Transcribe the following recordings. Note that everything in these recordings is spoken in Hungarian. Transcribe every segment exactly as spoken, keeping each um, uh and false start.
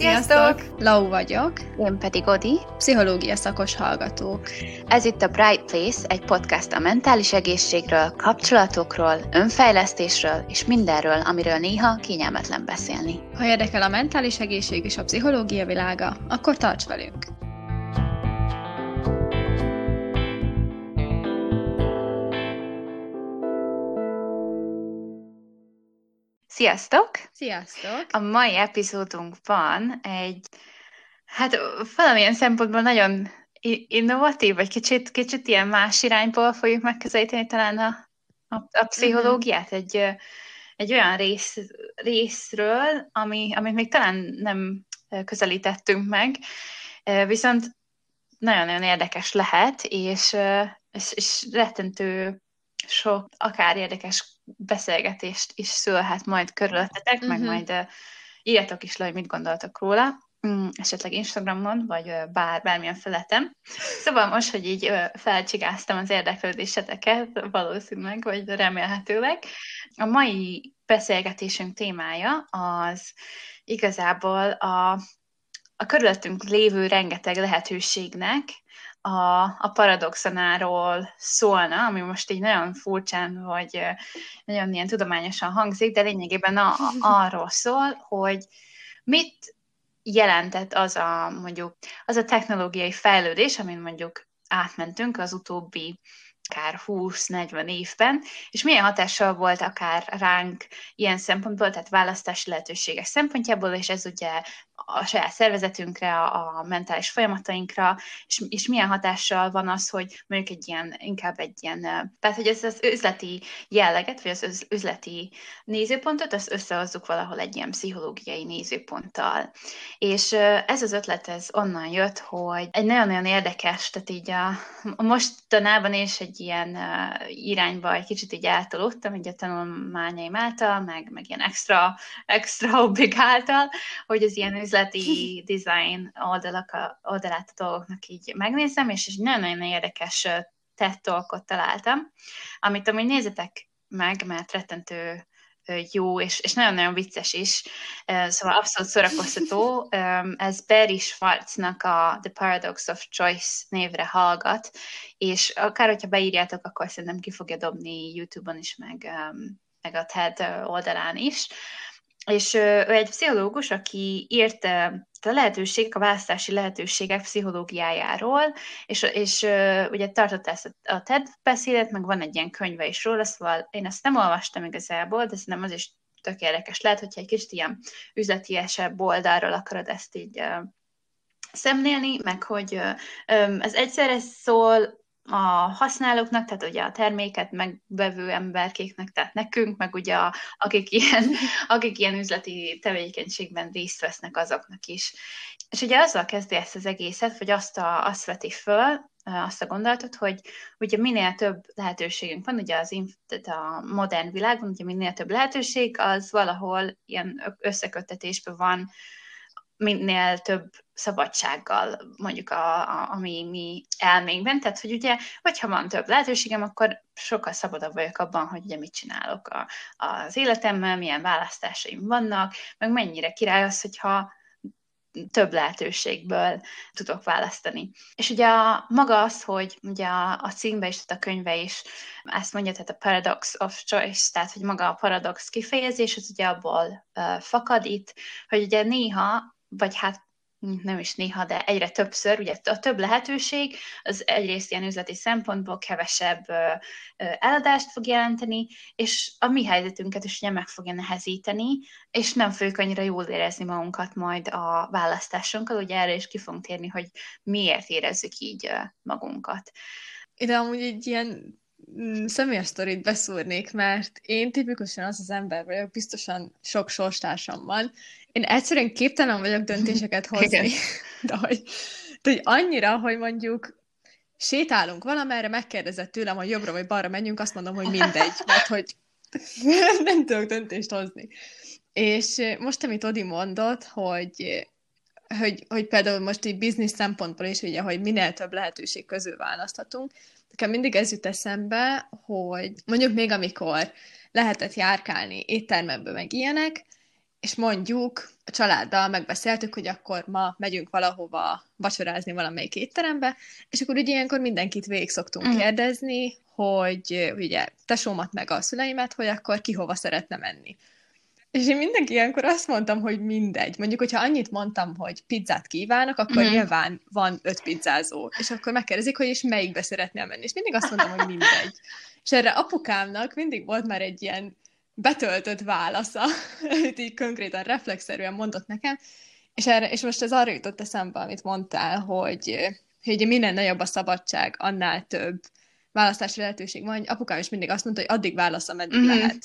Sziasztok! Lau vagyok. Én pedig Odi. Pszichológia szakos hallgatók. Ez itt a Bright Place, egy podcast a mentális egészségről, kapcsolatokról, önfejlesztésről és mindenről, amiről néha kényelmetlen beszélni. Ha érdekel a mentális egészség és a pszichológia világa, akkor tarts velünk! Sziasztok! Sziasztok! A mai epizódunkban egy, hát valamilyen szempontból nagyon innovatív, vagy kicsit, kicsit ilyen más irányból fogjuk megközelíteni talán a, a, a pszichológiát, uh-huh. egy, egy olyan rész, részről, ami, amit még talán nem közelítettünk meg, viszont nagyon-nagyon érdekes lehet, és, és, és rettentő sok akár érdekes beszélgetést is szülhet majd körülöttetek, uh-huh. meg majd uh, írjatok is le, hogy mit gondoltok róla, um, esetleg Instagramon, vagy uh, bár, bármilyen feleten. Szóval most, hogy így uh, felcsigáztam az érdeklődéseteket, valószínűleg, vagy remélhetőleg, a mai beszélgetésünk témája az igazából a, a körülöttünk lévő rengeteg lehetőségnek a, a paradoxonáról szólna, ami most így nagyon furcsán, vagy nagyon ilyen tudományosan hangzik, de lényegében a, a, arról szól, hogy mit jelentett az a, mondjuk, az a technológiai fejlődés, amin mondjuk átmentünk az utóbbi akár húsz-negyven évben, és milyen hatással volt akár ránk ilyen szempontból, tehát választási lehetőségek szempontjából, és ez ugye a saját szervezetünkre, a, a mentális folyamatainkra, és, és milyen hatással van az, hogy mondjuk egy ilyen, inkább egy ilyen, tehát hogy ez az üzleti jelleget, vagy az üzleti nézőpontot, azt összehozzuk valahol egy ilyen pszichológiai nézőponttal. És ez az ötlet, ez onnan jött, hogy egy nagyon-nagyon érdekes, tehát így a, a mostanában is egy ilyen irányba egy kicsit így eltolódtam, így a tanulmányaim által, meg, meg ilyen extra, extra hobbik által, hogy az ilyen üzleti design oldalak, oldalát a dolgoknak így megnézem, és egy nagyon-nagyon érdekes TED Talkot találtam, amit amúgy nézzetek meg, mert rettentő jó, és, és nagyon-nagyon vicces is, szóval abszolút szórakoztató. Ez Barry Schwartznak a The Paradox of Choice névre hallgat, és akár, hogyha beírjátok, akkor szerintem ki fogja dobni YouTube-on is, meg, meg a TED oldalán is. És ő egy pszichológus, aki írt a lehetőségek, a választási lehetőségek pszichológiájáról, és, és ugye tartott ezt a TED beszédet, meg van egy ilyen könyve is róla, szóval én ezt nem olvastam igazából, de szerintem az is tök érdekes lehet, hogyha egy kicsit ilyen üzletiesebb oldalról akarod ezt így uh, szemlélni, meg hogy uh, ez egyszerre szól a használóknak, tehát ugye a terméket megvevő emberkéknek, tehát nekünk, meg ugye a, akik, ilyen, akik ilyen üzleti tevékenységben részt vesznek, azoknak is. És ugye azzal kezdi ezt az egészet, vagy azt, a, azt veti föl, azt a gondolatot, hogy ugye minél több lehetőségünk van, ugye az tehát a modern világban, ugye minél több lehetőség, az valahol ilyen összeköttetésben van minél több szabadsággal, mondjuk a, a, a mi, mi elménkben, tehát hogy ugye, hogyha van több lehetőségem, akkor sokkal szabadabb vagyok abban, hogy ugye mit csinálok a, az életemmel, milyen választásaim vannak, meg mennyire király az, hogyha több lehetőségből tudok választani. És ugye a, maga az, hogy ugye a, a címbe is, tehát a könyve is ezt mondja, tehát a Paradox of Choice, tehát hogy maga a paradox kifejezés, az ugye abból uh, fakad itt, hogy ugye néha, vagy hát nem is néha, de egyre többször, ugye a több lehetőség, az egyrészt ilyen üzleti szempontból kevesebb ö, ö, eladást fog jelenteni, és a mi helyzetünket is ugye meg fogja nehezíteni, és nem fogjuk annyira jól érezni magunkat majd a választásunkkal, ugye erre is ki fogunk térni, hogy miért érezzük így ö, magunkat. Ide amúgy egy ilyen személyes sztorit beszúrnék, mert én tipikusan az az ember vagyok, biztosan sok sorstársam van. Én egyszerűen képtelen vagyok döntéseket hozni. de, hogy, de hogy annyira, hogy mondjuk sétálunk valamerre, megkérdezett tőlem, hogy jobbra vagy balra menjünk, azt mondom, hogy mindegy, mert hogy nem tudok döntést hozni. És most, amit Odi mondott, hogy Hogy, hogy például most így biznisz szempontból is, ugye, hogy minél több lehetőség közül választhatunk. Nekem mindig ez jut eszembe, hogy mondjuk még amikor lehetett járkálni éttermekbe meg ilyenek, és mondjuk a családdal megbeszéltük, hogy akkor ma megyünk valahova vacsorázni valamelyik étterembe, és akkor ugye ilyenkor mindenkit végig szoktunk Mm. kérdezni, hogy ugye tesómat meg a szüleimet, hogy akkor ki hova szeretne menni. És én mindenki ilyenkor azt mondtam, hogy mindegy. Mondjuk, hogyha annyit mondtam, hogy pizzát kívánok, akkor Mhm. nyilván van öt pizzázó. És akkor megkérdezik, hogy is melyikbe szeretnél menni. És mindig azt mondtam, hogy mindegy. És erre apukámnak mindig volt már egy ilyen betöltött válasza, amit így konkrétan reflexzerűen mondott nekem, és, erre, és most ez arra jutott eszembe, amit mondtál, hogy, hogy ugye minél nagyobb a szabadság, annál több választási lehetőség van. Apukám is mindig azt mondta, hogy addig válasz, ameddig Mhm. lehet.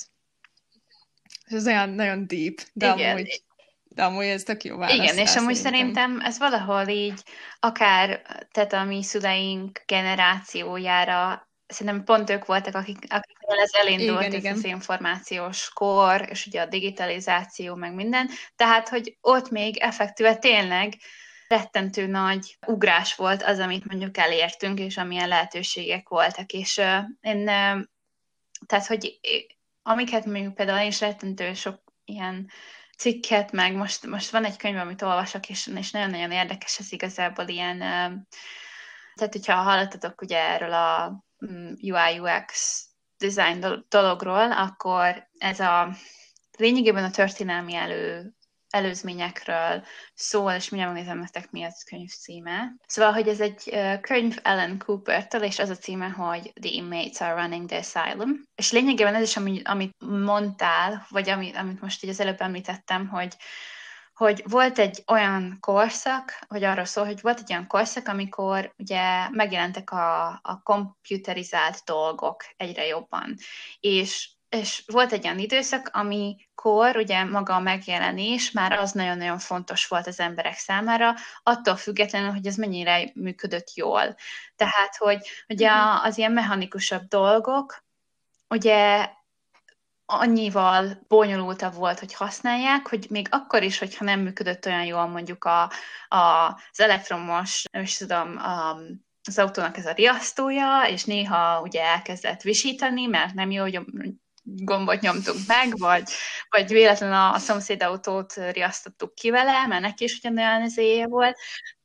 És ez olyan nagyon deep, de Igen. amúgy, de amúgy ez tök jó válasz. Igen, és rá, amúgy szerintem. szerintem ez valahol így, akár tehát a mi szüleink generációjára, szerintem pont ők voltak, akik, akiknél ez elindult, Igen, ez igen. az információs kor, és ugye a digitalizáció, meg minden. Tehát, hogy ott még effektíve tényleg rettentő nagy ugrás volt az, amit mondjuk elértünk, és amilyen lehetőségek voltak. És uh, én, uh, tehát, hogy amiket mondjuk például én is rettentő sok ilyen cikket, meg most, most van egy könyv, amit olvasok, és, és nagyon-nagyon érdekes, ez igazából ilyen, tehát hogyha hallottatok ugye erről a u i u x design dologról, akkor ez a lényegében a történelmi elő, előzményekről szól, és mindjárt megnézem nektek, mi az könyv címe. Szóval, hogy ez egy könyv Alan Cooper-től, és az a címe, hogy The Inmates Are Running the Asylum. És lényegében ez is, amit, amit mondtál, vagy amit, amit most így az előbb említettem, hogy hogy volt egy olyan korszak, vagy arról szól, hogy volt egy olyan korszak, amikor ugye megjelentek a, a komputerizált dolgok egyre jobban. És és volt egy olyan időszak, amikor ugye maga a megjelenés már az nagyon-nagyon fontos volt az emberek számára, attól függetlenül, hogy ez mennyire működött jól. Tehát, hogy ugye az ilyen mechanikusabb dolgok, ugye annyival bonyolultabb volt, hogy használják, hogy még akkor is, hogyha nem működött olyan jól mondjuk a, a, az elektromos, nem is tudom, a, az autónak ez a riasztója, és néha ugye elkezdett visítani, mert nem jó, hogy gombot nyomtunk meg, vagy, vagy véletlenül a, a szomszéd autót riasztottuk ki vele, mert neki is ugyanolyan ezéje volt.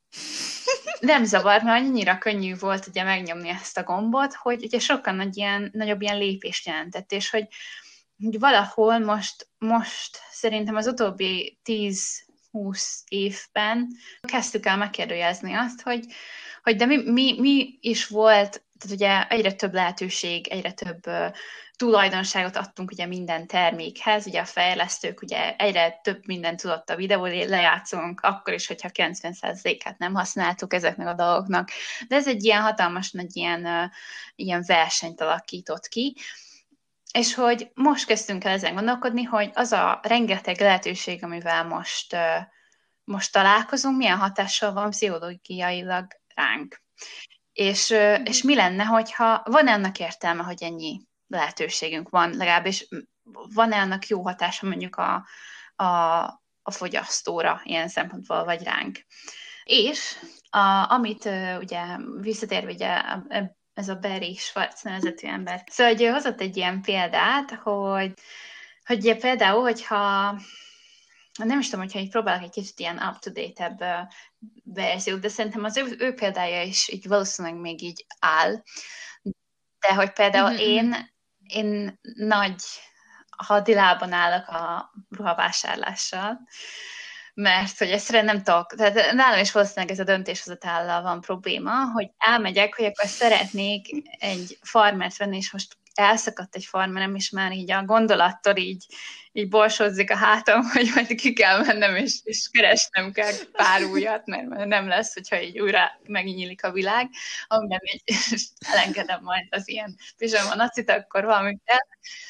Nem zavar, mert annyira könnyű volt ugye megnyomni ezt a gombot, hogy ugye sokkal nagy ilyen, nagyobb ilyen lépést jelentett, és hogy, hogy valahol most, most szerintem az utóbbi tíz-húsz évben kezdtük el megkérdőjelezni azt, hogy, hogy de mi, mi, mi is volt, tehát ugye egyre több lehetőség, egyre több uh, tulajdonságot adtunk ugye minden termékhez, ugye a fejlesztők ugye egyre több mindent tudott a videó lejátszónk, akkor is, hogyha kilencven százalékát nem használtuk ezeknek a dolgoknak, de ez egy ilyen hatalmas nagy ilyen, uh, ilyen versenyt alakított ki, és hogy most kezdtünk el ezen gondolkodni, hogy az a rengeteg lehetőség, amivel most, uh, most találkozunk, milyen hatással van pszichológiailag ránk. És, mm-hmm. és mi lenne, hogyha van-e annak értelme, hogy ennyi lehetőségünk van, legalábbis van-e annak jó hatása mondjuk a, a, a fogyasztóra ilyen szempontból, vagy ránk. És a, amit ugye visszatérve ugye ez a Barry Schwartz nevezetű ember, szóval hogy hozott egy ilyen példát, hogy, hogy ugye például, hogyha nem is tudom, hogyha így próbálok egy kicsit ilyen up-to-date-ebb uh, verziót, de szerintem az ő, ő példája is így valószínűleg még így áll. De hogy például mm-hmm. én, én nagy hadilában állok a ruhavásárlással, mert hogy egyszerűen nem tudok, tehát nálam is valószínűleg ez a döntéshozatállal van probléma, hogy elmegyek, hogy akkor szeretnék egy farmert venni, és most elszakadt egy farmerem, és már így a gondolattól így, így borsódzik a hátam, hogy majd ki kell mennem, és, és keresnem kell pár újat, mert nem lesz, hogyha így újra megnyílik a világ, amiben így elengedem majd az ilyen pizsama nacit, akkor valamit el.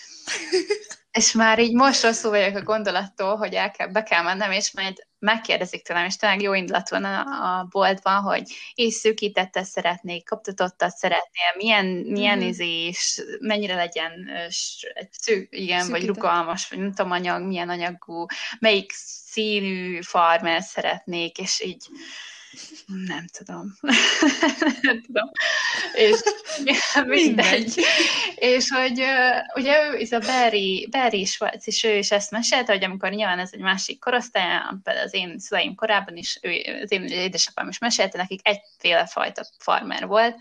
És már így most rosszul vagyok a gondolattól, hogy el kell, be kell mennem, és majd megkérdezik tőlem, és tényleg jó indulat van a, a boltban, hogy és szűkítettet szeretnék, koptatottat szeretnél, milyen, milyen mm-hmm. izés, mennyire legyen szűk, igen, szűkített. Vagy rugalmas, vagy nem tudom, anyag, milyen anyagú, melyik színű farmer szeretnék, és így nem tudom. nem tudom. És mindegy. És hogy uh, ugye ő, ez a Barry, Barry Schwartz is, ő is ezt mesélte, hogy amikor nyilván ez egy másik korosztály, például az én szüleim korábban is, ő, az én édesapám is mesélte, nekik egyféle fajta farmer volt,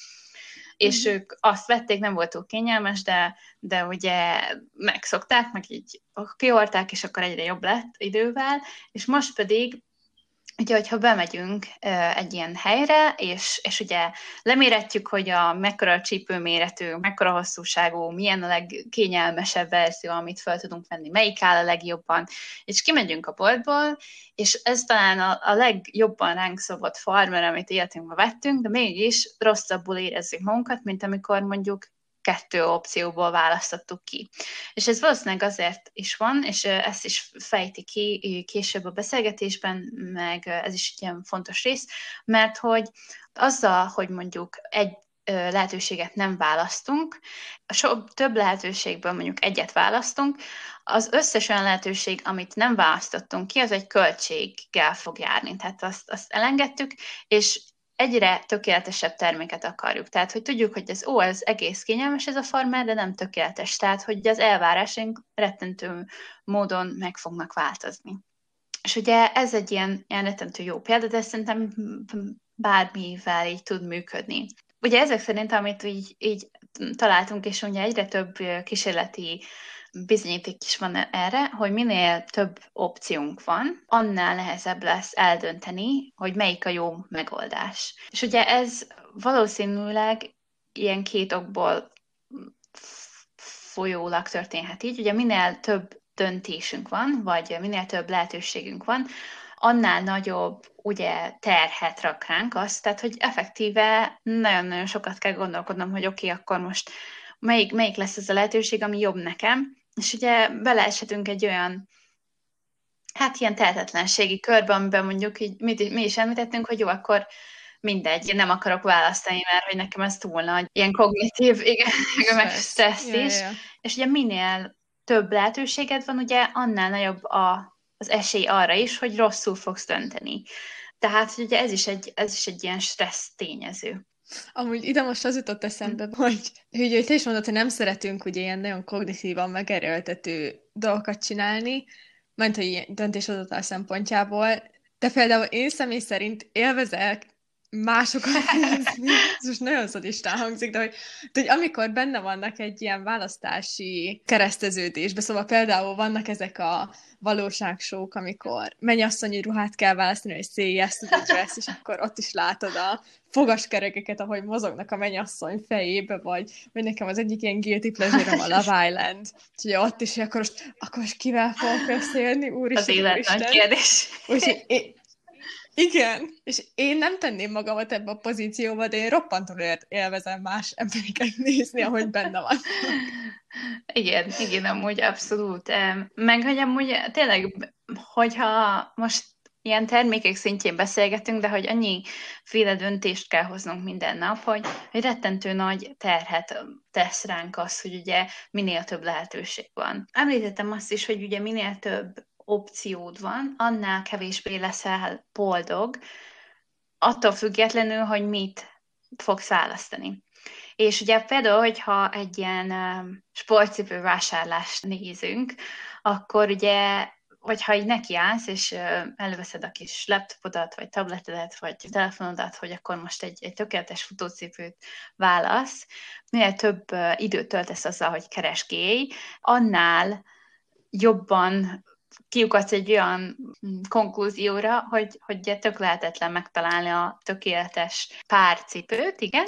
és mm-hmm. ők azt vették, nem volt túl kényelmes, de, de ugye megszokták, meg így kihorták, és akkor egyre jobb lett idővel, és most pedig ugye, hogyha bemegyünk uh, egy ilyen helyre, és, és ugye leméretjük, hogy a mekkora a csípőméretű, mekkora hosszúságú, milyen a legkényelmesebb verzió, amit fel tudunk venni, melyik áll a legjobban, és kimegyünk a boltból, és ez talán a, a legjobban ránk szokott farmer, amit életünkben vettünk, de mégis rosszabbul érezzük magunkat, mint amikor mondjuk kettő opcióból választottuk ki. És ez valószínűleg azért is van, és ezt is fejti ki később a beszélgetésben, meg ez is egy ilyen fontos rész, mert hogy azzal, hogy mondjuk egy lehetőséget nem választunk, so, több lehetőségből mondjuk egyet választunk, az összes olyan lehetőség, amit nem választottunk ki, az egy költséggel fog járni. Tehát azt, azt elengedtük, és egyre tökéletesebb terméket akarjuk. Tehát, hogy tudjuk, hogy ez, ó, ez egész kényelmes ez a farmer, de nem tökéletes. Tehát, hogy az elvárásunk rettentő módon meg fognak változni. És ugye ez egy ilyen, ilyen rettentő jó példa, de szerintem bármivel így tud működni. Ugye ezek szerint, amit így, így találtunk, és ugye egyre több kísérleti bizonyíték is van erre, hogy minél több opciónk van, annál nehezebb lesz eldönteni, hogy melyik a jó megoldás. És ugye ez valószínűleg ilyen két okból folyólag történhet így. Ugye minél több döntésünk van, vagy minél több lehetőségünk van, annál nagyobb ugye terhet rak ránk azt, tehát hogy effektíve nagyon-nagyon sokat kell gondolkodnom, hogy oké, okay, akkor most melyik, melyik lesz ez a lehetőség, ami jobb nekem, és ugye beleeshetünk egy olyan, hát ilyen tehetetlenségi körbe, amiben mondjuk így, mi, mi is említettünk, hogy jó, akkor mindegy, én nem akarok választani, mert hogy nekem ez túl nagy, ilyen kognitív, igen, meg stressz ja, is, ja, ja. És ugye minél több lehetőséged van, ugye annál nagyobb a, az esély arra is, hogy rosszul fogsz dönteni. Tehát ugye ez is egy, ez is egy ilyen stressz tényező. Amúgy ide most az jutott eszembe, hogy, hogy te is mondod, hogy nem szeretünk ugye ilyen nagyon kognitívan megerőltető dolgokat csinálni, mert hogy ilyen döntéshozatal szempontjából, de például én személy szerint élvezek másokat nézni, ez most nagyon szadistán hangzik, de hogy, de hogy amikor benne vannak egy ilyen választási kereszteződésbe, szóval például vannak ezek a valóságsók, amikor mennyasszonyi ruhát kell választani, vagy say yes to the dress, és akkor ott is látod a fogaskerekeket, ahogy mozognak a mennyasszony fejébe, vagy, vagy nekem az egyik ilyen guilty pleasure-om a Love Island. Úgyhogy ott is, akkor most, akkor most kivel fogok beszélni? Úristen, az élet úristen. nagy kérdés. Úgyhogy én, igen, és én nem tenném magamat ebbe a pozícióba, de én roppantul élvezem más embereket nézni, ahogy benne van. Igen, igen, amúgy abszolút. Meg hogy amúgy tényleg, hogyha most ilyen termékek szintjén beszélgetünk, de hogy annyiféle döntést kell hoznunk minden nap, hogy, hogy rettentő nagy terhet tesz ránk az, hogy ugye minél több lehetőség van. Említettem azt is, hogy ugye minél több opciód van, annál kevésbé leszel boldog, attól függetlenül, hogy mit fogsz választani. És ugye például, hogyha egy ilyen um, sportcipő vásárlást nézünk, akkor ugye, hogyha így nekiállsz, és uh, előveszed a kis laptopodat, vagy tabletedet, vagy telefonodat, hogy akkor most egy, egy tökéletes futócipőt válasz, minél több uh, időt töltesz azzal, hogy keresgélj, annál jobban kiukadsz egy olyan konklúzióra, hogy, hogy tök lehetetlen megtalálni a tökéletes párcipőt, igen?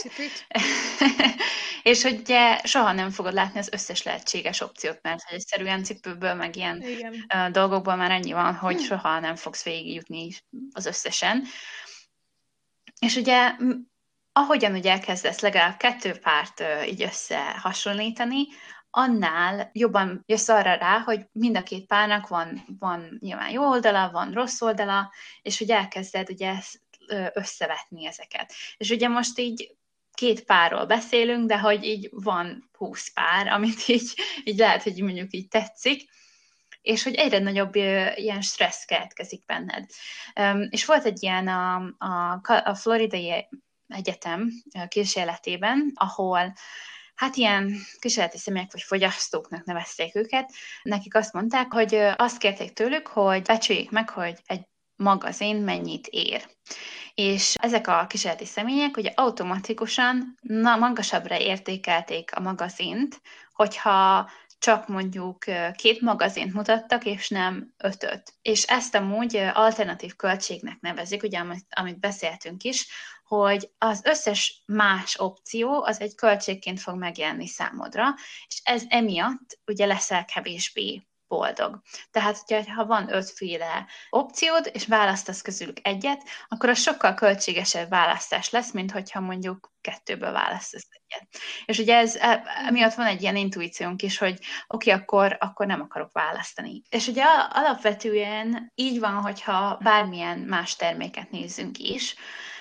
És hogy ugye soha nem fogod látni az összes lehetséges opciót, mert hogy egyszerűen cipőből, meg ilyen igen. dolgokból már ennyi van, hogy soha nem fogsz végigjutni az összesen. És ugye ahogyan ugye elkezdesz legalább kettő párt így összehasonlítani, annál jobban jössz arra rá, hogy mind a két párnak van, van nyilván jó oldala, van rossz oldala, és hogy elkezded ugye összevetni ezeket. És ugye most így két párról beszélünk, de hogy így van húsz pár, amit így, így lehet, hogy mondjuk így tetszik, és hogy egyre nagyobb ilyen stressz keletkezik benned. És volt egy ilyen a, a, a Floridai Egyetem kísérletében, ahol hát ilyen kísérleti személyek vagy fogyasztóknak nevezték őket, nekik azt mondták, hogy azt kérték tőlük, hogy becsüljék meg, hogy egy magazin mennyit ér. És ezek a kísérleti személyek ugye automatikusan na, magasabbra értékelték a magazint, hogyha csak mondjuk két magazint mutattak, és nem ötöt. És ezt amúgy alternatív költségnek nevezik, ugye amit, amit beszéltünk is, hogy az összes más opció az egy költségként fog megjelenni számodra, és ez emiatt ugye leszel kevésbé boldog. Tehát, hogyha, ha van ötféle opciód, és választasz közülük egyet, akkor az sokkal költségesebb választás lesz, mint hogyha mondjuk kettőből választasz egyet. És ugye ez, emiatt van egy ilyen intuíciónk is, hogy oké, okay, akkor, akkor nem akarok választani. És ugye alapvetően így van, hogyha bármilyen más terméket nézzünk is,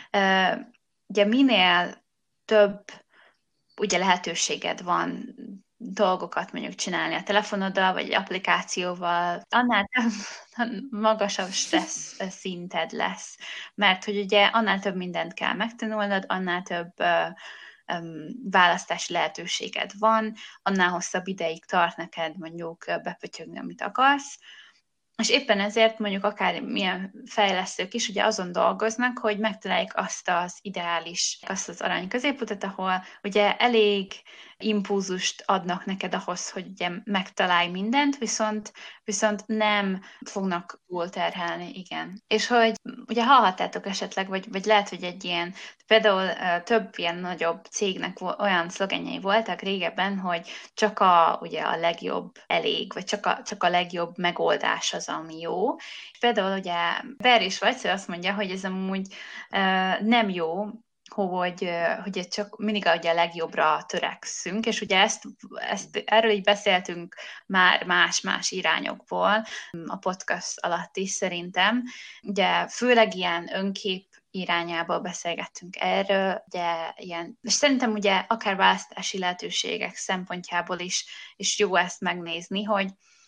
ugye minél több ugye lehetőséged van dolgokat mondjuk csinálni a telefonoddal, vagy egy applikációval, annál magasabb stressz szinted lesz. Mert hogy ugye annál több mindent kell megtanulnod, annál több uh, um, választási lehetőséged van, annál hosszabb ideig tart neked mondjuk bepötyögni, amit akarsz. És éppen ezért mondjuk akár milyen fejlesztők is ugye azon dolgoznak, hogy megtalálják azt az ideális, azt az arany középutat, ahol ugye elég impulzust adnak neked ahhoz, hogy ugye megtalálj mindent, viszont, viszont nem fognak túlterhelni, igen. És hogy ugye hallhattátok esetleg, vagy, vagy lehet, hogy egy ilyen, például több ilyen nagyobb cégnek olyan szlogenjei voltak régebben, hogy csak a, ugye a legjobb elég, vagy csak a, csak a legjobb megoldás az, ami jó. Például ugye Barry Schweitzer azt mondja, hogy ez amúgy uh, nem jó, hogy, hogy csak mindig ugye a legjobbra törekszünk, és ugye ezt, ezt, erről így beszéltünk már más-más irányokból a podcast alatt is szerintem. Ugye főleg ilyen önkép irányából beszélgettünk erről, ugye ilyen, és szerintem ugye akár választási lehetőségek szempontjából is, is jó ezt megnézni, hogy,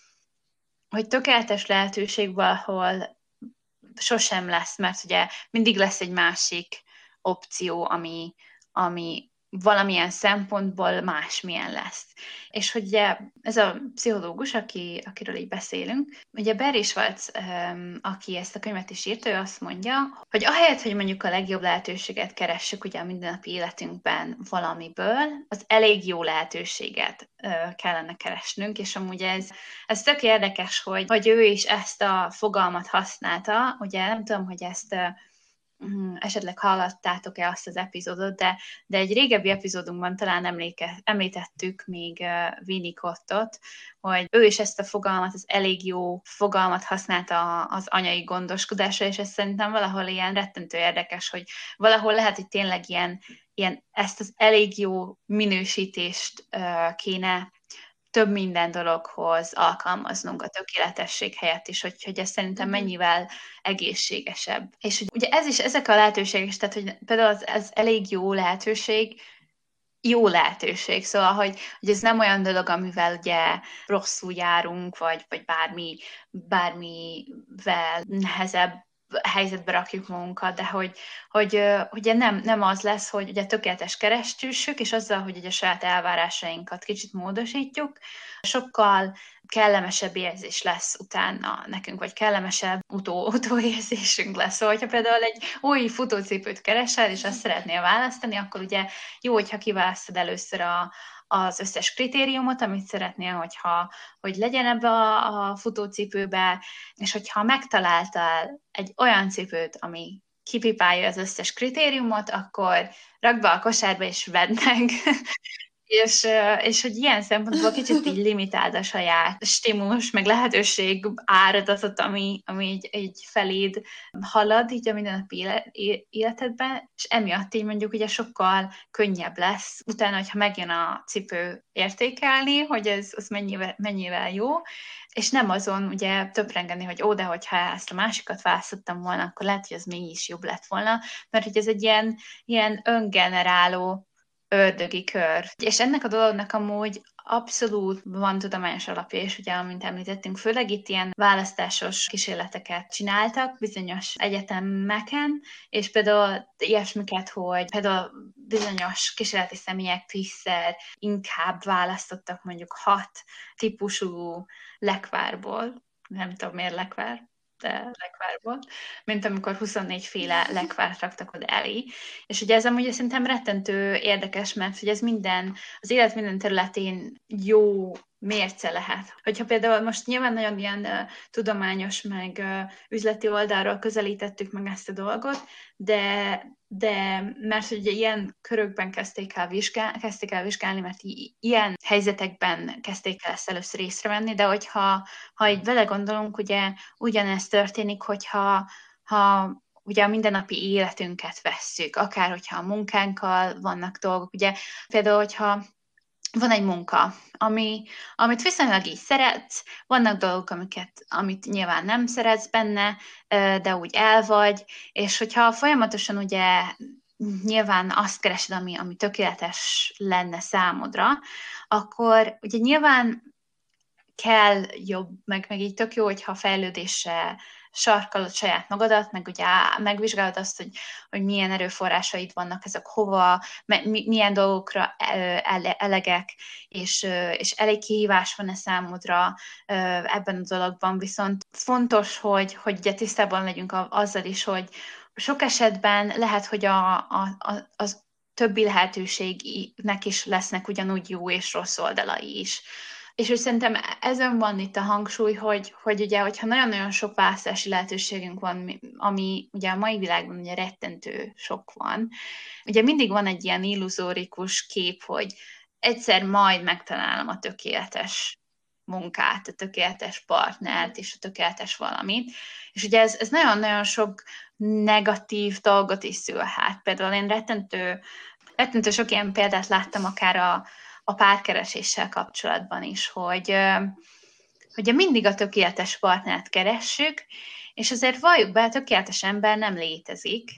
hogy tökéletes lehetőség valahol sosem lesz, mert ugye mindig lesz egy másik opció, ami, ami valamilyen szempontból másmilyen lesz. És hogy ugye ez a pszichológus, aki, akiről így beszélünk, ugye Barry Schwartz, aki ezt a könyvet is írt, ő azt mondja, hogy ahelyett, hogy mondjuk a legjobb lehetőséget keressük ugye a mindennapi életünkben valamiből, az elég jó lehetőséget kellene keresnünk, és amúgy ez, ez tök érdekes, hogy, hogy ő is ezt a fogalmat használta, ugye nem tudom, hogy ezt esetleg hallottátok-e azt az epizódot, de, de egy régebbi epizódunkban talán emléke, említettük még uh, Winnicottot, hogy ő is ezt a fogalmat, az elég jó fogalmat használta az anyai gondoskodásra, és ez szerintem valahol ilyen rettentő érdekes, hogy valahol lehet, hogy tényleg ilyen, ilyen ezt az elég jó minősítést uh, kéne több minden dologhoz alkalmaznunk a tökéletesség helyett is, hogy, hogy ez szerintem mennyivel egészségesebb. És hogy ugye ez is, ezek a lehetőségek, tehát hogy például az, az elég jó lehetőség, jó lehetőség, szóval, hogy, hogy ez nem olyan dolog, amivel ugye rosszul járunk, vagy, vagy bármi, bármivel nehezebb helyzetbe rakjuk magunkat, de hogy, hogy ugye nem, nem az lesz, hogy ugye tökéletes keresztülsük, és azzal, hogy ugye a saját elvárásainkat kicsit módosítjuk, sokkal kellemesebb érzés lesz utána nekünk, vagy kellemesebb utó, utóérzésünk lesz. Szóval, hogyha például egy új futócipőt keresel, és azt szeretnél választani, akkor ugye jó, hogyha kiválasztod először a, az összes kritériumot, amit szeretnél, hogyha, hogy legyen ebbe a, a futócipőbe, és hogyha megtaláltál egy olyan cipőt, ami kipipálja az összes kritériumot, akkor rakd be a kosárba és vedd meg. És, és hogy ilyen szempontból kicsit így limitáld a saját stimulus, meg lehetőség áradatot, ami, ami így, így feléd halad így a mindennapi életedben, és emiatt így mondjuk ugye sokkal könnyebb lesz utána, hogyha megjön a cipő értékelni, hogy ez az mennyivel, mennyivel jó, és nem azon ugye töprengeni, hogy ó, de hogyha ezt a másikat választottam volna, akkor lehet, hogy az mégis jobb lett volna, mert hogy ez egy ilyen, ilyen öngeneráló ördögi kör. És ennek a dolognak amúgy abszolút van tudományos alapja, és ugye, amint említettünk, főleg itt ilyen választásos kísérleteket csináltak bizonyos egyetemeken, és például ilyesmiket, hogy például bizonyos kísérleti személyek tízszer inkább választottak mondjuk hat típusú lekvárból, nem tudom miért lekvár, de lekvárból, mint amikor huszonnégy féle lekvárt raktak oda elé. És ugye ez amúgy szerintem rettentő érdekes, mert hogy ez minden, az élet minden területén jó mérce lehet. Hogyha például most nyilván nagyon ilyen uh, tudományos, meg uh, üzleti oldalról közelítettük meg ezt a dolgot, de, de mert ugye ilyen körökben kezdték el, vizsgál, kezdték el vizsgálni, mert i- ilyen helyzetekben kezdték el ezt először észrevenni, de hogyha ha így vele gondolunk, ugye ugyanezt történik, hogyha ha ugye a mindennapi életünket vesszük, akár hogyha a munkánkkal vannak dolgok, ugye például, hogyha van egy munka, ami, amit viszonylag így szeretsz, vannak dolgok, amiket, amit nyilván nem szeretsz benne, de úgy el vagy, és hogyha folyamatosan ugye nyilván azt keresed, ami, ami tökéletes lenne számodra, akkor ugye nyilván kell jobb, meg, meg így tök jó, hogyha fejlődésre sarkalod saját magadat, meg ugye megvizsgálod azt, hogy, hogy milyen erőforrásaid vannak, ezek hova, mi, milyen dolgokra elegek, és, és elég kihívás van-e számodra ebben a dologban, viszont fontos, hogy, hogy ugye tisztában legyünk azzal is, hogy sok esetben lehet, hogy a, a, a, az többi lehetőségnek is lesznek ugyanúgy jó és rossz oldalai is. És úgy szerintem ezen van itt a hangsúly, hogy, hogy ugye, hogyha nagyon-nagyon sok választási lehetőségünk van, ami ugye a mai világban ugye rettentő sok van, ugye mindig van egy ilyen illuzórikus kép, hogy egyszer majd megtalálom a tökéletes munkát, a tökéletes partnert és a tökéletes valamit. És ugye ez, ez nagyon-nagyon sok negatív dolgot is szülhet. Például én rettentő, rettentő sok ilyen példát láttam akár a a párkereséssel kapcsolatban is, hogy ugye mindig a tökéletes partnert keressük, és azért valljuk be, a tökéletes ember nem létezik,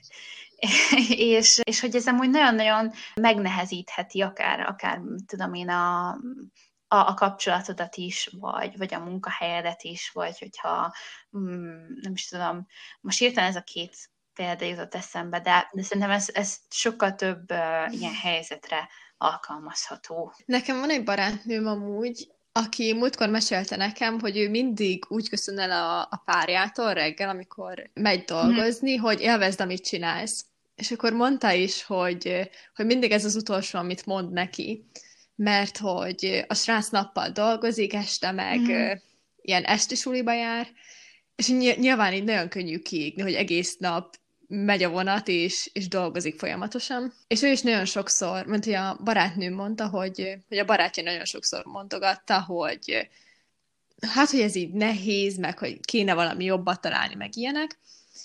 és, és hogy ez amúgy nagyon-nagyon megnehezítheti akár, akár tudom én, a, a, a kapcsolatodat is, vagy, vagy a munkahelyedet is, vagy hogyha nem is tudom, most hirtelen ez a két példa jutott eszembe, de, de szerintem ez, ez sokkal több uh, ilyen helyzetre alkalmazható. Nekem van egy barátnőm amúgy, aki múltkor mesélte nekem, hogy ő mindig úgy köszön el a, a párjától reggel, amikor megy dolgozni, mm. hogy élvezd, amit csinálsz. És akkor mondta is, hogy, hogy mindig ez az utolsó, amit mond neki, mert hogy a srác nappal dolgozik, este meg mm. ilyen esti suliba jár, és nyilván így nagyon könnyű kiégni, hogy egész nap megy a vonat, és, és dolgozik folyamatosan. És ő is nagyon sokszor, mint hogy a barátnőm mondta, hogy, hogy a barátja nagyon sokszor mondogatta, hogy hát, hogy ez így nehéz, meg hogy kéne valami jobbat találni, meg ilyenek.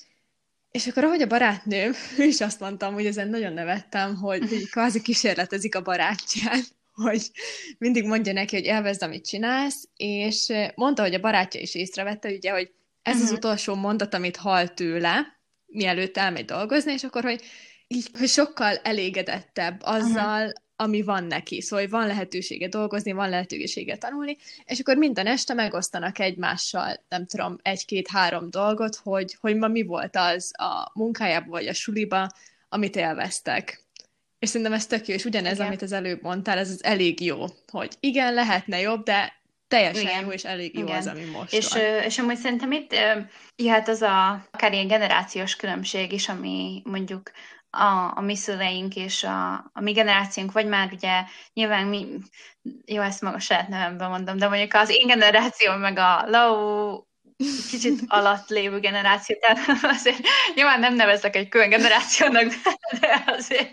És akkor ahogy a barátnőm, ő is azt mondtam, hogy ezen nagyon nevettem, hogy, hogy kvázi kísérletezik a barátján, hogy mindig mondja neki, hogy élvezd, amit csinálsz, és mondta, hogy a barátja is észrevette, ugye, hogy ez uh-huh. az utolsó mondat, amit hall tőle, mielőtt elmegy dolgozni, és akkor, hogy, így, hogy sokkal elégedettebb azzal, uh-huh. ami van neki. Szóval, hogy van lehetősége dolgozni, van lehetősége tanulni, és akkor minden este megosztanak egymással, nem tudom, egy-két-három dolgot, hogy, hogy ma mi volt az a munkájában, vagy a suliba, amit élveztek. És szerintem ez tök jó, és ugyanez, igen. amit az előbb mondtál, ez az elég jó, hogy igen, lehetne jobb, de teljesen igen. jó, és elég jó igen. az, ami most és, van. És amúgy szerintem itt jöhet az a, akár ilyen generációs különbség is, ami mondjuk a, a mi szüleink és a, a mi generációnk, vagy már ugye nyilván mi, jó, ezt maga saját nevemben mondom, de mondjuk az én generáció, meg a lau kicsit alatt lévő generáció, tehát azért nyilván nem nevezlek egy külön generációnak, de azért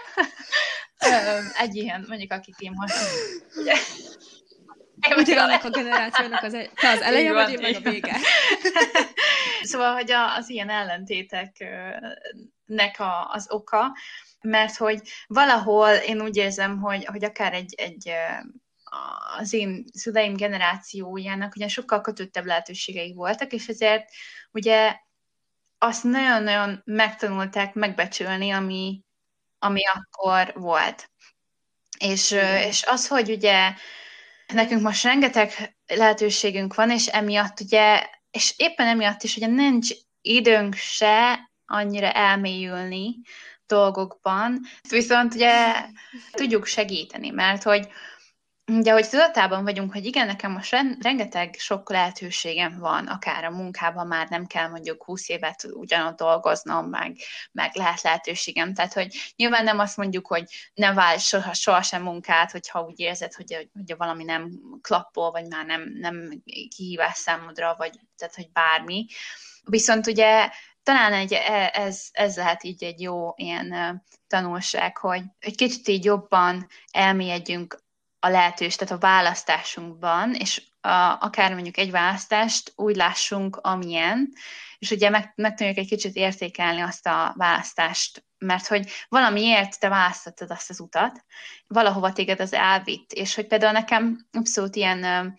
egy ilyen, mondjuk akik én most ugye, ugyanannak a generációnak az, egy, te az eleje, vagy én meg a vége. Szóval, hogy az ilyen ellentéteknek a, az oka, mert hogy valahol én úgy érzem, hogy, hogy akár egy, egy az én szüleim generációjának ugye sokkal kötöttebb lehetőségei voltak, és ezért ugye azt nagyon-nagyon megtanulták megbecsülni, ami, ami akkor volt. És, és az, hogy ugye nekünk most rengeteg lehetőségünk van, és emiatt ugye, és éppen emiatt is ugye nincs időnk se annyira elmélyülni dolgokban, viszont ugye tudjuk segíteni, mert hogy ugye, hogy tudatában vagyunk, hogy igen, nekem most rengeteg sok lehetőségem van, akár a munkában már nem kell mondjuk húsz évet ugyanott dolgoznom, meg, meg lehet lehetőségem. Tehát, hogy nyilván nem azt mondjuk, hogy nem vált soha, sohasem munkát, hogyha úgy érzed, hogy, hogy valami nem klappol, vagy már nem, nem kihívás számodra, vagy tehát, hogy bármi. Viszont ugye talán egy, ez, ez lehet így egy jó ilyen tanulság, hogy egy kicsit így jobban elmélyedjünk a lehetős, tehát a választásunkban, és a, akár mondjuk egy választást úgy lássunk, amilyen, és ugye meg, meg tudjuk egy kicsit értékelni azt a választást, mert hogy valamiért te választottad azt az utat, valahova téged az elvitt, és hogy például nekem abszolút ilyen uh,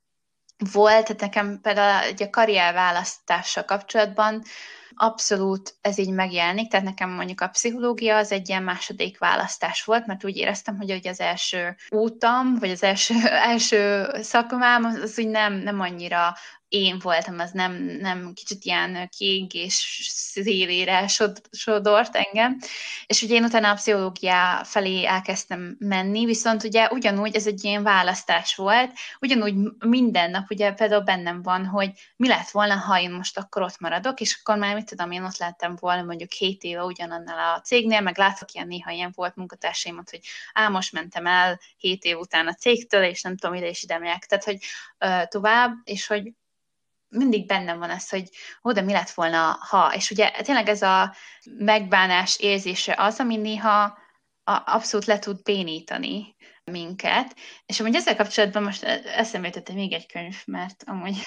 volt, tehát nekem például egy a karrierválasztással kapcsolatban abszolút ez így megjelenik, tehát nekem mondjuk a pszichológia az egy ilyen második választás volt, mert úgy éreztem, hogy az első útam, vagy az első, első szakmám az úgy nem, nem annyira én voltam, az nem, nem kicsit ilyen kiégés szélére sod, sodort engem, és ugye én utána a pszichológia felé elkezdtem menni, viszont ugye ugyanúgy ez egy ilyen választás volt, ugyanúgy minden nap ugye például bennem van, hogy mi lett volna, ha én most akkor ott maradok, és akkor már mit tudom, én ott lettem volna mondjuk hét éve ugyanannál a cégnél, meg látok ilyen néha ilyen volt munkatársaimat, hogy á, most mentem el hét év után a cégtől, és nem tudom, ide és ide megyek, tehát hogy uh, tovább, és hogy mindig bennem van ez, hogy ó, de mi lett volna, ha, és ugye tényleg ez a megbánás érzése az, ami néha abszolút le tud bénítani minket, és amúgy ezzel kapcsolatban most eszembe jutott még egy könyv, mert amúgy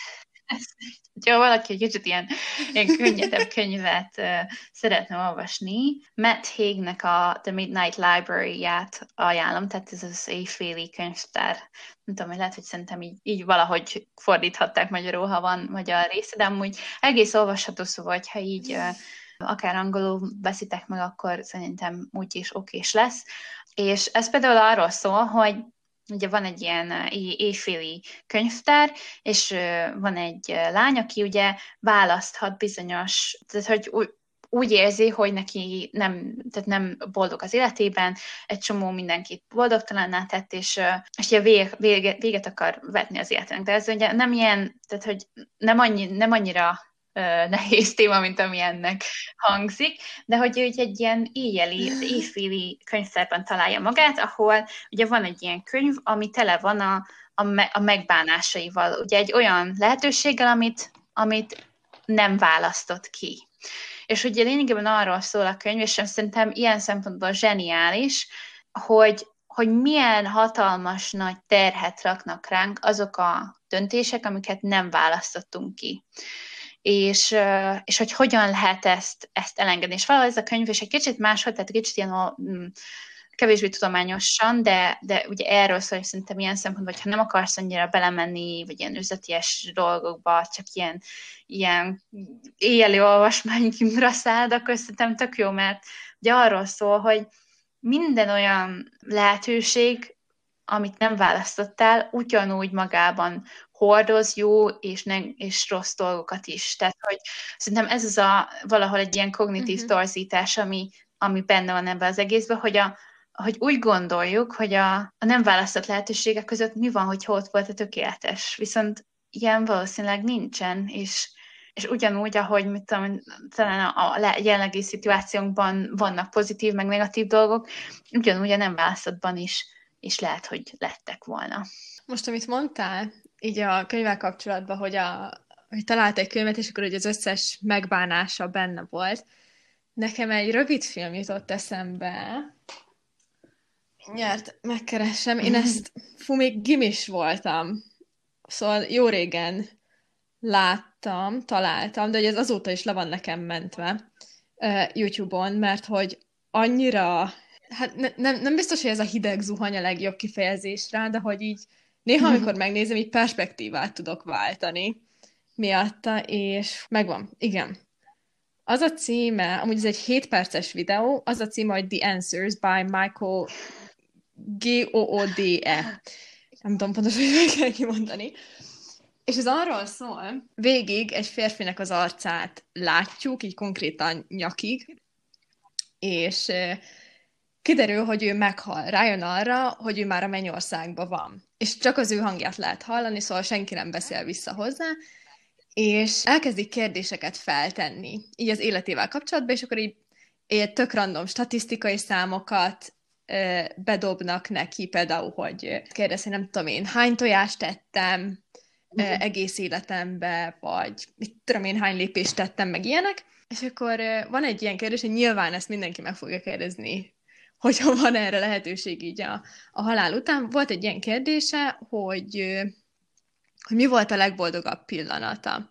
ha valaki egy kicsit ilyen, ilyen könnyedebb könyvet uh, szeretne olvasni, Matt Haig-nek a The Midnight Library-ját ajánlom, tehát ez az éjféli könyvtár. Nem tudom, hogy lehet, hogy szerintem így, így valahogy fordíthatták magyarul, ha van magyar része, de amúgy egész olvasható, szóval, hogyha így uh, akár angolul veszitek meg, akkor szerintem úgyis okés lesz. És ez például arról szól, hogy ugye van egy ilyen éjféli könyvtár, és van egy lány, aki ugye választhat bizonyos, tehát hogy úgy érzi, hogy neki nem, tehát nem boldog az életében, egy csomó mindenkit boldogtalanná tett, és, és ugye vége, vége, véget akar vetni az életének. De ez ugye nem ilyen, tehát hogy nem, annyi, nem annyira nehéz téma, mint ami ennek hangzik, de hogy ő egy ilyen éjjeli, éjféli könyvtárban találja magát, ahol ugye van egy ilyen könyv, ami tele van a, a, me, a megbánásaival. Ugye egy olyan lehetőséggel, amit, amit nem választott ki. És ugye lényegében arról szól a könyv, és szerintem ilyen szempontból zseniális, hogy, hogy milyen hatalmas nagy terhet raknak ránk azok a döntések, amiket nem választottunk ki. És, és hogy hogyan lehet ezt, ezt elengedni. És valahogy ez a könyv is egy kicsit máshogy, tehát kicsit ilyen kevésbé tudományosan, de, de ugye erről szól, hogy szerintem ilyen szempontból, hogyha nem akarsz annyira belemenni, vagy ilyen üzleties dolgokba, csak ilyen, ilyen éjjeli olvasmányra szállod, akkor szerintem tök jó, mert ugye arról szól, hogy minden olyan lehetőség, amit nem választottál, ugyanúgy magában hordoz jó és, ne, és rossz dolgokat is. Tehát, hogy szerintem ez az a valahol egy ilyen kognitív uh-huh. torzítás, ami, ami benne van ebben az egészben, hogy, a, hogy úgy gondoljuk, hogy a, a nem választott lehetőségek között mi van, hogy ott volt a tökéletes. Viszont ilyen valószínűleg nincsen, és, és ugyanúgy, ahogy mit tudom, talán a, a jelenlegi szituációnkban vannak pozitív, meg negatív dolgok, ugyanúgy a nem választottban is, és lehet, hogy lettek volna. Most, amit mondtál, így a könyvvel kapcsolatban, hogy, a, hogy talált egy könyvet, és akkor hogy az összes megbánása benne volt. Nekem egy rövid film jutott eszembe. Nyert, megkeresem. Én ezt, fú, még gimis voltam. Szóval jó régen láttam, találtam, de hogy ez azóta is le van nekem mentve uh, YouTube-on, mert hogy annyira, hát ne, nem, nem biztos, hogy ez a hideg zuhany a legjobb kifejezés rá, de hogy így néha, amikor megnézem, így perspektívát tudok váltani miatta, és megvan, igen. Az a címe, amúgy ez egy hét perces videó, az a címe, hogy The Answers by Michael G O O D E. Nem tudom pontosan, hogy meg kell kimondani. És ez arról szól, végig egy férfinek az arcát látjuk, így konkrétan nyakig, és kiderül, hogy ő meghal. Rájön arra, hogy ő már a mennyországban van. És csak az ő hangját lehet hallani, szóval senki nem beszél vissza hozzá, és elkezdik kérdéseket feltenni, így az életével kapcsolatban, és akkor így, így tök random statisztikai számokat ö, bedobnak neki, például, hogy kérdezi, nem tudom én, hány tojást tettem ö, egész életembe, vagy mit tudom én, hány lépést tettem, meg ilyenek, és akkor ö, van egy ilyen kérdés, hogy nyilván ezt mindenki meg fogja kérdezni, hogyha van erre lehetőség így a, a halál után. Volt egy ilyen kérdése, hogy, hogy mi volt a legboldogabb pillanata.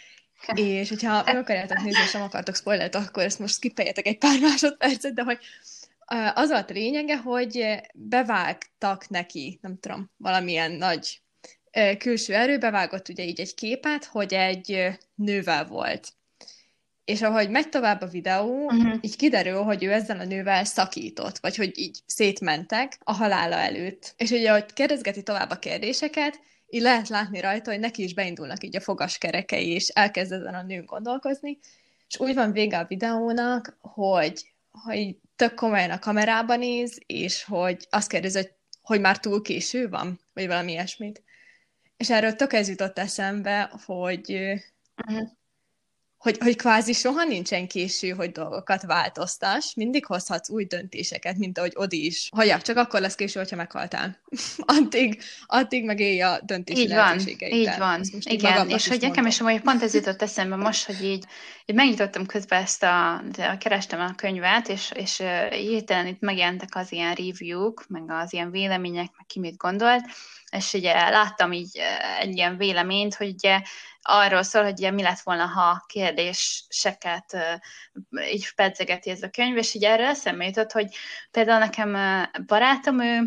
És hogyha meg akarjátok nézni, és nem akartok spoilert, akkor ezt most skippeljetek egy pár másodpercet, de hogy az volt a lényege, hogy bevágtak neki, nem tudom, valamilyen nagy külső erő, bevágott ugye így egy képet, hogy egy nővel volt. És ahogy megy tovább a videó, uh-huh. így kiderül, hogy ő ezzel a nővel szakított, vagy hogy így szétmentek a halála előtt. És ugye, ahogy kérdezgeti tovább a kérdéseket, így lehet látni rajta, hogy neki is beindulnak így a fogaskerekei, és elkezd ezen a nőn gondolkozni, és úgy van vége a videónak, hogy, hogy tök komolyan a kamerába néz, és hogy azt kérdezi, hogy, hogy már túl késő van, vagy valami ilyesmit. És erről tök ez jutott eszembe, hogy... Uh-huh. Hogy, hogy kvázi soha nincsen késő, hogy dolgokat változtass, mindig hozhatsz új döntéseket, mint ahogy Odi is. Hagyja, csak akkor lesz késő, hogyha meghaltál. addig, addig meg élj a döntési így lehetőségeiddel. Van, így van. Igen, és hogy nekem is amúgy pont ez jutott eszembe most, hogy így, így megnyitottam közben ezt a, de kerestem a könyvet, és, és uh, hirtelen itt megjelentek az ilyen review-k, meg az ilyen vélemények, meg ki mit gondolt, és ugye láttam így uh, egy ilyen véleményt, hogy ugye arról szól, hogy ugye mi lett volna, ha kérdéseket uh, így pedzegeti ez a könyv, és így erről eszembe jutott, hogy például nekem uh, barátom, ő,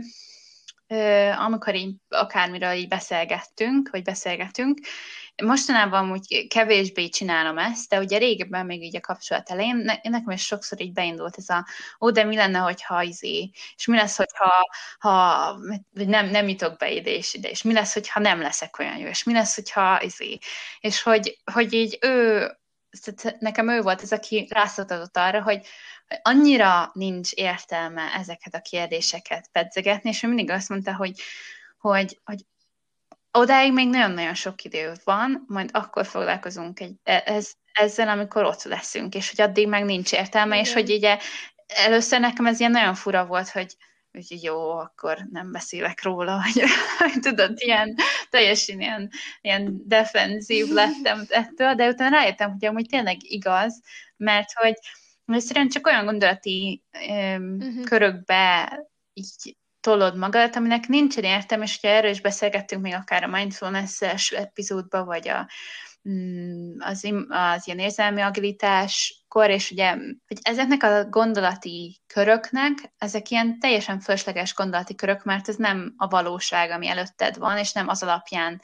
uh, amikor így akármiről így beszélgettünk, vagy beszélgetünk, mostanában úgy kevésbé csinálom ezt, de ugye régebben még így a kapcsolat elején, ne, nekem is sokszor így beindult ez a, ó, de mi lenne, hogyha izé, és mi lesz, hogyha ha, nem, nem jutok be ide és ide, és mi lesz, hogyha nem leszek olyan jó, és mi lesz, hogyha izé, és hogy, hogy így ő, nekem ő volt ez, aki rászoltatott arra, hogy annyira nincs értelme ezeket a kérdéseket pedzegetni, és ő mindig azt mondta, hogy, hogy, hogy odáig még nagyon-nagyon sok idő van, majd akkor foglalkozunk egy, ez, ezzel, amikor ott leszünk, és hogy addig meg nincs értelme, igen. És hogy ugye először nekem ez ilyen nagyon fura volt, hogy úgyhogy jó, akkor nem beszélek róla, vagy, vagy tudod, ilyen teljesen ilyen, ilyen defenzív lettem ettől, de utána rájöttem, hogy amúgy tényleg igaz, mert hogy egyszerűen csak olyan gondolati um, uh-huh. körökbe így tolod magadat, aminek nincsen értem, és ugye erről is beszélgettünk még akár a mindfulness-es epizódban, vagy a, az, az ilyen érzelmi agilitáskor, és ugye hogy ezeknek a gondolati köröknek, ezek ilyen teljesen fölösleges gondolati körök, mert ez nem a valóság, ami előtted van, és nem az alapján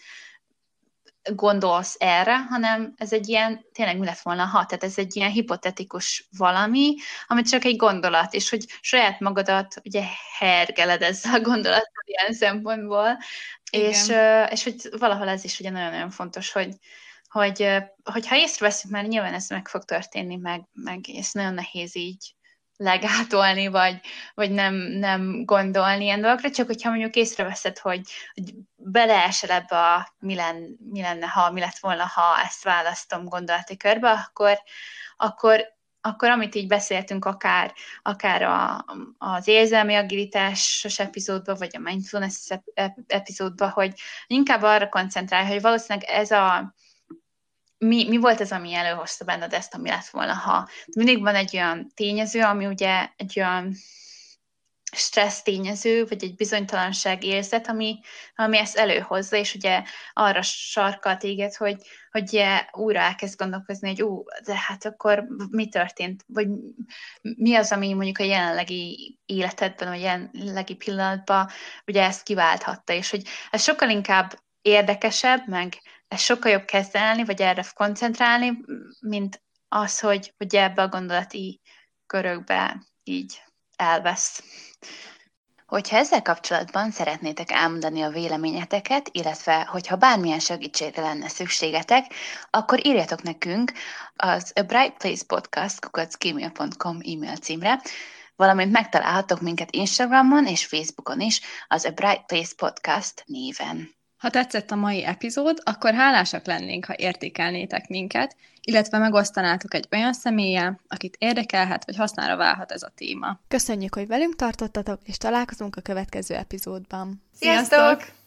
gondolsz erre, hanem ez egy ilyen, tényleg mi lett volna, ha, tehát ez egy ilyen hipotetikus valami, amit csak egy gondolat, és hogy saját magadat ugye hergeled ezzel a gondolattal ilyen szempontból, és, és hogy valahol ez is ugye nagyon-nagyon fontos, hogy, hogy, hogy ha észreveszünk, már nyilván ez meg fog történni, meg, meg ez nagyon nehéz így legátolni, vagy, vagy nem, nem gondolni ilyen dolgokra, csak hogyha mondjuk észreveszed, hogy, hogy beleesel ebbe a mi, len, mi lenne, ha, mi lett volna, ha ezt választom gondolati körbe, akkor, akkor, akkor amit így beszéltünk, akár, akár a, az érzelmi agilitásos epizódban, vagy a mindfulness epizódban, hogy inkább arra koncentrálj, hogy valószínűleg ez a Mi, mi volt ez, ami előhozta benned ezt, ami lett volna, ha mindig van egy olyan tényező, ami ugye egy olyan stressz tényező, vagy egy bizonytalanság érzet, ami, ami ezt előhozza, és ugye arra sarkal téged, hogy, hogy ugye újra elkezd gondolkozni, hogy ú, de hát akkor mi történt, vagy mi az, ami mondjuk a jelenlegi életedben, vagy jelenlegi pillanatban ugye ezt kiválthatta, és hogy ez sokkal inkább érdekesebb, meg ez sokkal jobb kezelni, vagy erre koncentrálni, mint az, hogy, hogy ebbe a gondolati körökbe így elvesz. Hogyha ezzel kapcsolatban szeretnétek elmondani a véleményeteket, illetve hogyha bármilyen segítségre lenne szükségetek, akkor írjatok nekünk az A Bright Place Podcast kukac gmail pont com e-mail címre, valamint megtalálhatok minket Instagramon és Facebookon is az A Bright Place Podcast néven. Ha tetszett a mai epizód, akkor hálásak lennénk, ha értékelnétek minket, illetve megosztanátok egy olyan személlyel, akit érdekelhet, vagy hasznára válhat ez a téma. Köszönjük, hogy velünk tartottatok, és találkozunk a következő epizódban. Sziasztok!